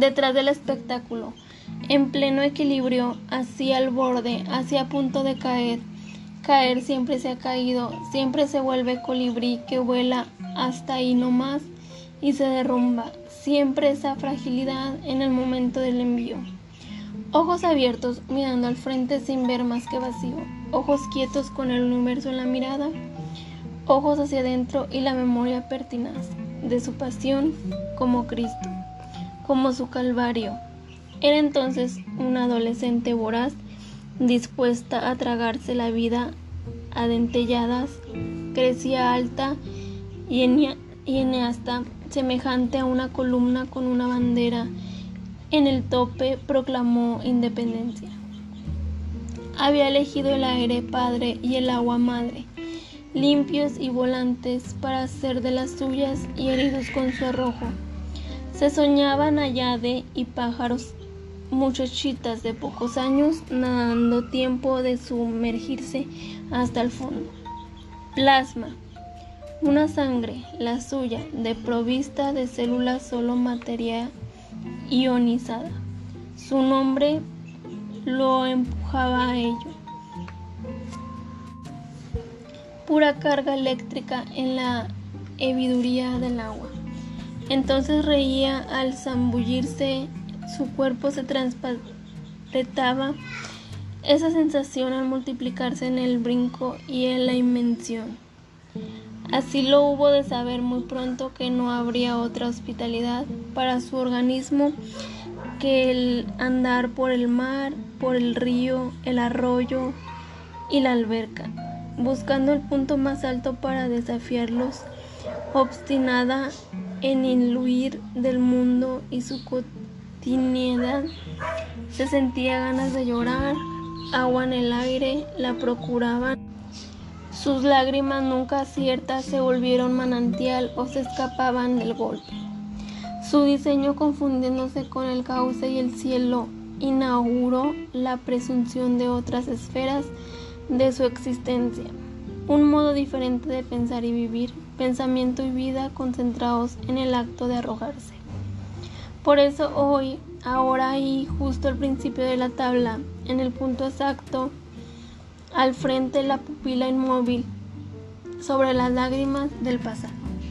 detrás del espectáculo, en pleno equilibrio, así al borde, así a punto de caer. Caer siempre se ha caído, siempre se vuelve colibrí que vuela hasta ahí nomás y se derrumba, siempre esa fragilidad en el momento del envío. Ojos abiertos, mirando al frente sin ver más que vacío, ojos quietos con el universo en la mirada, ojos hacia adentro y la memoria pertinaz de su pasión como Cristo, como su Calvario. Era entonces una adolescente voraz, dispuesta a tragarse la vida a dentelladas, crecía alta y enhiesta, semejante a una columna con una bandera en el tope, proclamó independencia. Había elegido el aire padre y el agua madre, limpios y volantes para hacer de las suyas y heridos con su arrojo. Se soñaban Náyade y pájaros, muchachitas de pocos años, nadando tiempo de sumergirse hasta el fondo. Plasma, una sangre, la suya, desprovista de células, solo materia ionizada. Su nombre lo empujaba a ello. Pura carga eléctrica en la hebiduría del agua. Entonces reía al zambullirse, su cuerpo se transparentaba, esa sensación al multiplicarse en el brinco y en la invención. Así lo hubo de saber muy pronto que no habría otra hospitalidad para su organismo que el andar por el mar, por el río, el arroyo y la alberca, buscando el punto más alto para desafiarlos, obstinada en huir del mundo y su cotidianidad. Se sentía ganas de llorar, agua en el aire la procuraban. Sus lágrimas nunca ciertas se volvieron manantial o se escapaban del golpe. Su diseño, confundiéndose con el cauce y el cielo, inauguró la presunción de otras esferas de su existencia, un modo diferente de pensar y vivir, pensamiento y vida concentrados en el acto de arrojarse. Por eso hoy, ahora y justo al principio de la tabla, en el punto exacto, al frente la pupila inmóvil sobre las lágrimas del pasado.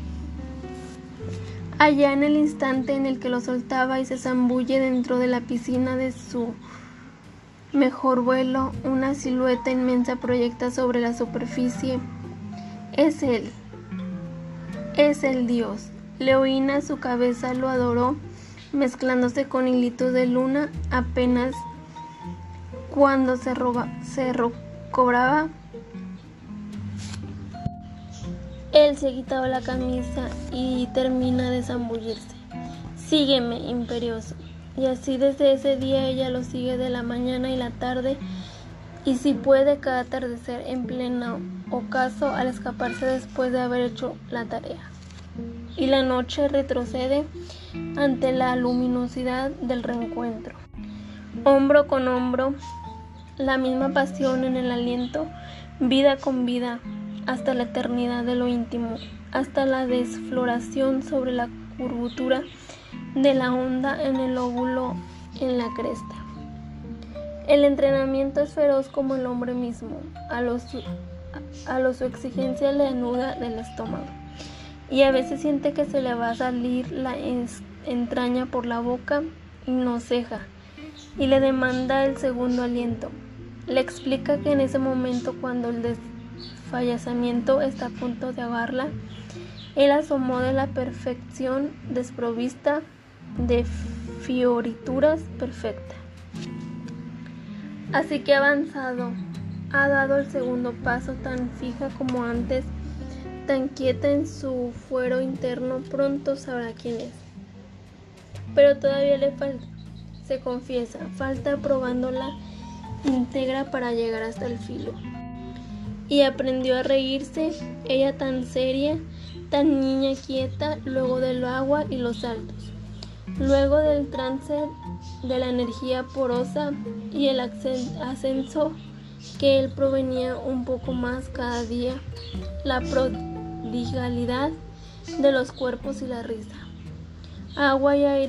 Allá en el instante en el que lo soltaba y se zambulle dentro de la piscina de su mejor vuelo, una silueta inmensa proyecta sobre la superficie. Es él, es el Dios. Leoína, su cabeza lo adoró, mezclándose con hilitos de luna, apenas cuando se recobraba. Él se quitaba la camisa y termina de zambullirse. Sígueme, imperioso. Y así desde ese día ella lo sigue de la mañana y la tarde, y si puede cada atardecer en pleno ocaso al escaparse después de haber hecho la tarea. Y la noche retrocede ante la luminosidad del reencuentro. Hombro con hombro, la misma pasión en el aliento, vida con vida, hasta la eternidad de lo íntimo, hasta la desfloración sobre la curvatura de la onda en el óvulo en la cresta. El entrenamiento es feroz como el hombre mismo, a lo su exigencia le anuda del estómago, y a veces siente que se le va a salir la entraña por la boca y no ceja, y le demanda el segundo aliento. Le explica que en ese momento, cuando el desfallezamiento está a punto de ahogarla, él asomó de la perfección desprovista de fiorituras perfecta. Así que ha avanzado, ha dado el segundo paso tan fija como antes, tan quieta en su fuero interno, pronto sabrá quién es. Pero todavía le falta, se confiesa, falta probándola íntegra para llegar hasta el filo. Y aprendió a reírse, ella tan seria, tan niña quieta, luego del agua y los saltos, luego del trance de la energía porosa y el ascenso que él provenía un poco más cada día, la prodigalidad de los cuerpos y la risa. Agua y aire,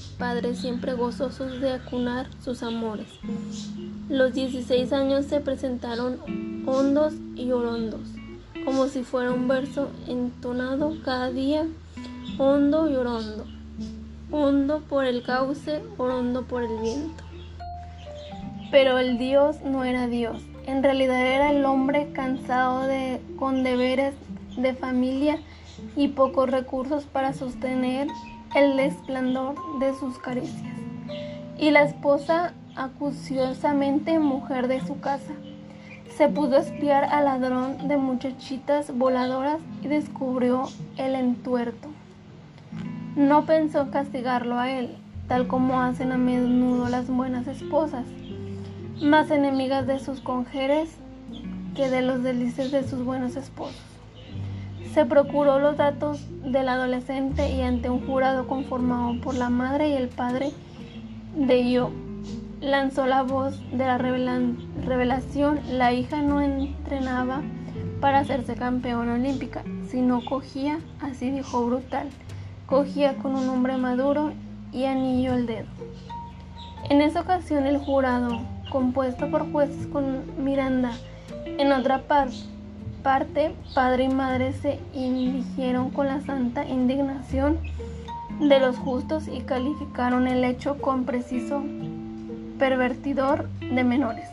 padres siempre gozosos de acunar sus amores. Los 16 años se presentaron hondos y orondos, como si fuera un verso entonado cada día, hondo y orondo, hondo por el cauce, orondo por el viento. Pero el Dios no era Dios, en realidad era el hombre cansado con deberes de familia y pocos recursos para sostener el esplendor de sus caricias. Y la esposa, acuciosamente mujer de su casa, se pudo espiar al ladrón de muchachitas voladoras y descubrió el entuerto. No pensó castigarlo a él, tal como hacen a menudo las buenas esposas, más enemigas de sus cónyuges que de los delicias de sus buenos esposos. Se procuró los datos del adolescente y ante un jurado conformado por la madre y el padre de Job, lanzó la voz de la revelación. La hija no entrenaba para hacerse campeona olímpica, sino cogía, así dijo brutal, cogía con un hombre maduro y anillo el dedo. En esa ocasión el jurado, compuesto por jueces con Miranda, en otra parte, padre y madre se indigieron con la santa indignación de los justos y calificaron el hecho con preciso pervertidor de menores.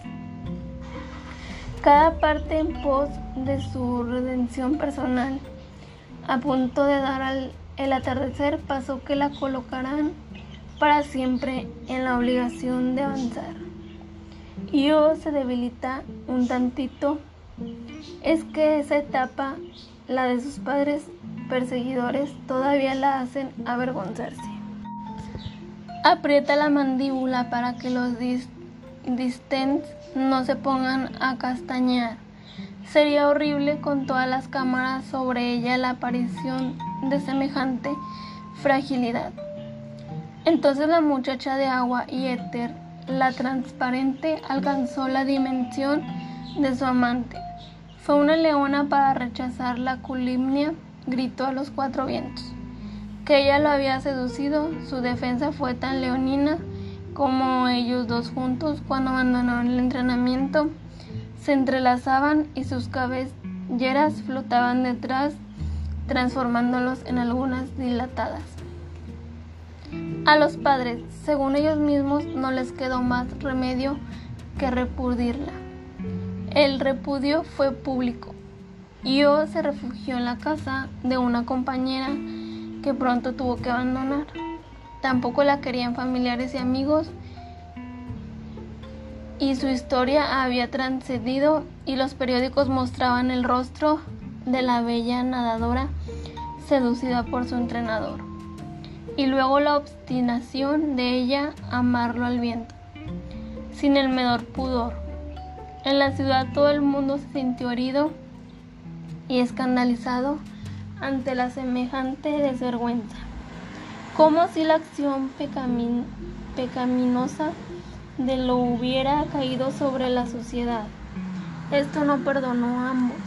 Cada parte en pos de su redención personal. A punto de dar el atardecer, pasó que la colocarán para siempre en la obligación de avanzar. Y se debilita un tantito. Es que esa etapa, la de sus padres perseguidores, todavía la hacen avergonzarse. Aprieta la mandíbula para que los distens no se pongan a castañear. Sería horrible con todas las cámaras sobre ella la aparición de semejante fragilidad. Entonces la muchacha de agua y éter, la transparente, alcanzó la dimensión de su amante. Fue una leona para rechazar la calumnia, gritó a los cuatro vientos que ella lo había seducido. Su defensa fue tan leonina como ellos dos juntos cuando abandonaron el entrenamiento. Se entrelazaban y sus cabelleras flotaban detrás, transformándolos en algunas dilatadas. A los padres, según ellos mismos, no les quedó más remedio que repudiarla. El repudio fue público. Yo se refugió en la casa de una compañera que pronto tuvo que abandonar. Tampoco la querían familiares y amigos, y su historia había trascendido y los periódicos mostraban el rostro de la bella nadadora seducida por su entrenador, y luego la obstinación de ella amarlo al viento, sin el menor pudor. En la ciudad todo el mundo se sintió herido y escandalizado ante la semejante desvergüenza, como si la acción pecaminosa de lo hubiera caído sobre la sociedad. Esto no perdonó a ambos.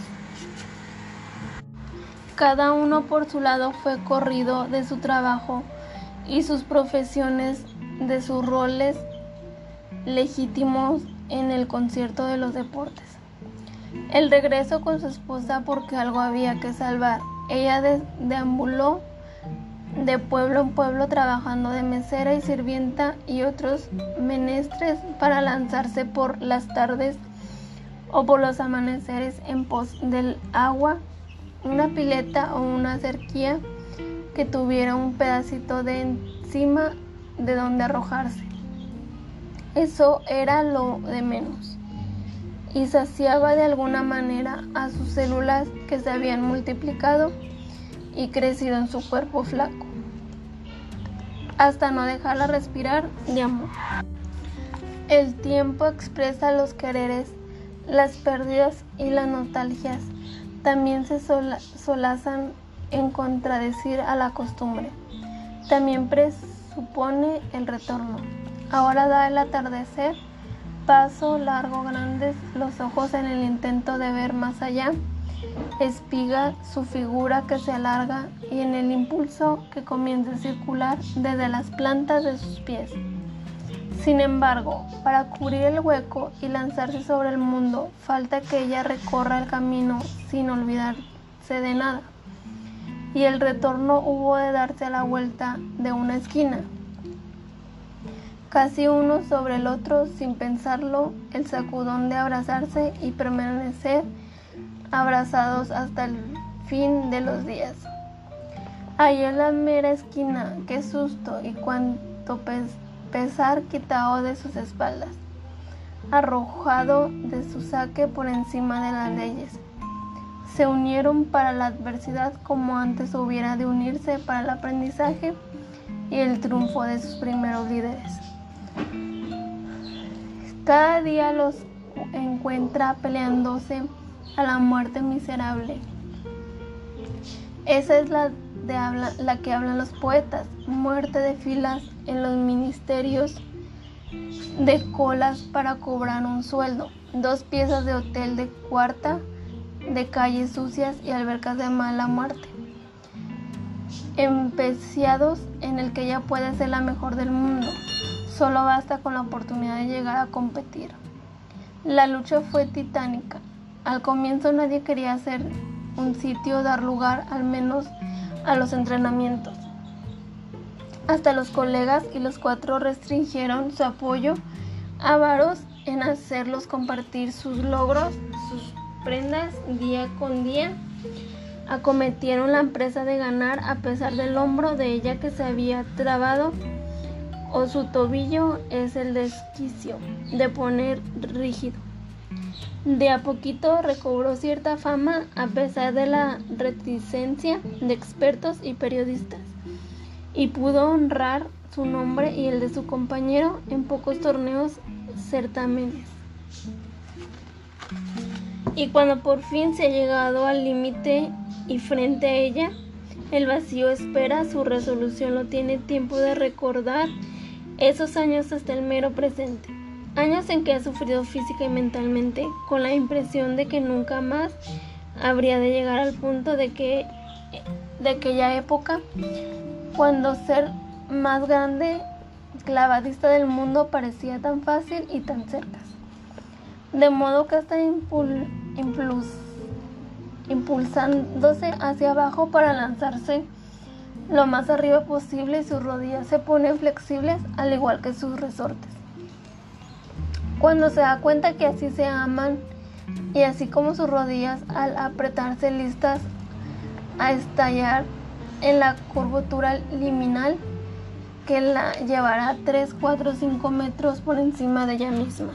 Cada uno por su lado fue corrido de su trabajo y sus profesiones, de sus roles legítimos en el concierto de los deportes. El regreso con su esposa porque algo había que salvar. Ella deambuló de pueblo en pueblo trabajando de mesera y sirvienta y otros menesteres para lanzarse por las tardes o por los amaneceres en pos del agua, una pileta o una cerquilla que tuviera un pedacito de encima de donde arrojarse. Eso era lo de menos, y saciaba de alguna manera a sus células que se habían multiplicado y crecido en su cuerpo flaco, hasta no dejarla respirar de amor. El tiempo expresa los quereres, las pérdidas y las nostalgias. También se solazan en contradecir a la costumbre. También presupone el retorno. Ahora da el atardecer, paso largo, grandes los ojos en el intento de ver más allá, espiga su figura que se alarga y en el impulso que comienza a circular desde las plantas de sus pies. Sin embargo, para cubrir el hueco y lanzarse sobre el mundo, falta que ella recorra el camino sin olvidarse de nada. Y el retorno hubo de darse a la vuelta de una esquina, casi uno sobre el otro, sin pensarlo, el sacudón de abrazarse y permanecer abrazados hasta el fin de los días. Ahí en la mera esquina, qué susto y cuánto pesar quitado de sus espaldas, arrojado de su saque por encima de las leyes. Se unieron para la adversidad como antes hubiera de unirse para el aprendizaje y el triunfo de sus primeros líderes. Cada día los encuentra peleándose a la muerte miserable. Esa es la que hablan los poetas, muerte de filas en los ministerios, de colas para cobrar un sueldo, 2 piezas de hotel de cuarta, de calles sucias y albercas de mala muerte, empeciados en el que ella puede ser la mejor del mundo, solo basta con la oportunidad de llegar a competir. La lucha fue titánica. Al comienzo nadie quería hacer un sitio, dar lugar al menos a los entrenamientos. Hasta los colegas y los 4 restringieron su apoyo, avaros en hacerlos compartir sus logros, sus prendas día con día. Acometieron la empresa de ganar a pesar del hombro de ella que se había trabado, o su tobillo es el desquicio de poner rígido. De a poquito recobró cierta fama a pesar de la reticencia de expertos y periodistas, y pudo honrar su nombre y el de su compañero en pocos torneos certámenes. Y cuando por fin se ha llegado al límite y frente a ella, el vacío espera, su resolución no tiene tiempo de recordar esos años hasta el mero presente. Años en que ha sufrido física y mentalmente, con la impresión de que nunca más habría de llegar al punto de aquella época, cuando ser más grande, clavadista del mundo, parecía tan fácil y tan cerca. De modo que está impulsándose hacia abajo para lanzarse lo más arriba posible, y sus rodillas se ponen flexibles al igual que sus resortes. Cuando se da cuenta que así se aman, y así como sus rodillas al apretarse listas a estallar en la curvatura liminal que la llevará 3, 4, 5 metros por encima de ella misma.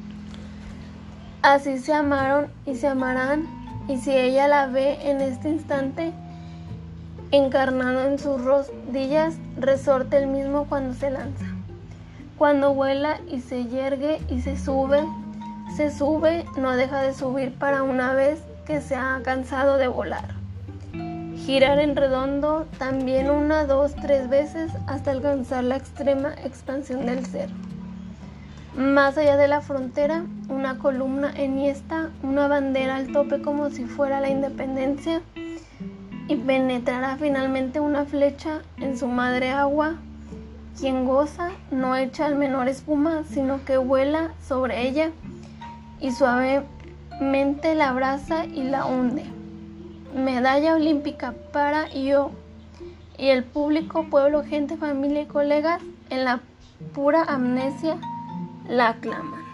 Así se amaron y se amarán, y si ella la ve en este instante, encarnado en sus rodillas, resorte el mismo cuando se lanza. Cuando vuela y se yergue y se sube, no deja de subir para una vez que se ha cansado de volar. Girar en redondo también 1, 2, 3 veces hasta alcanzar la extrema expansión del ser. Más allá de la frontera, una columna enhiesta, una bandera al tope como si fuera la independencia, y penetrará finalmente una flecha en su madre agua. Quien goza no echa al menor espuma, sino que vuela sobre ella y suavemente la abraza y la hunde. Medalla olímpica para yo y el público, pueblo, gente, familia y colegas, en la pura amnesia la aclaman.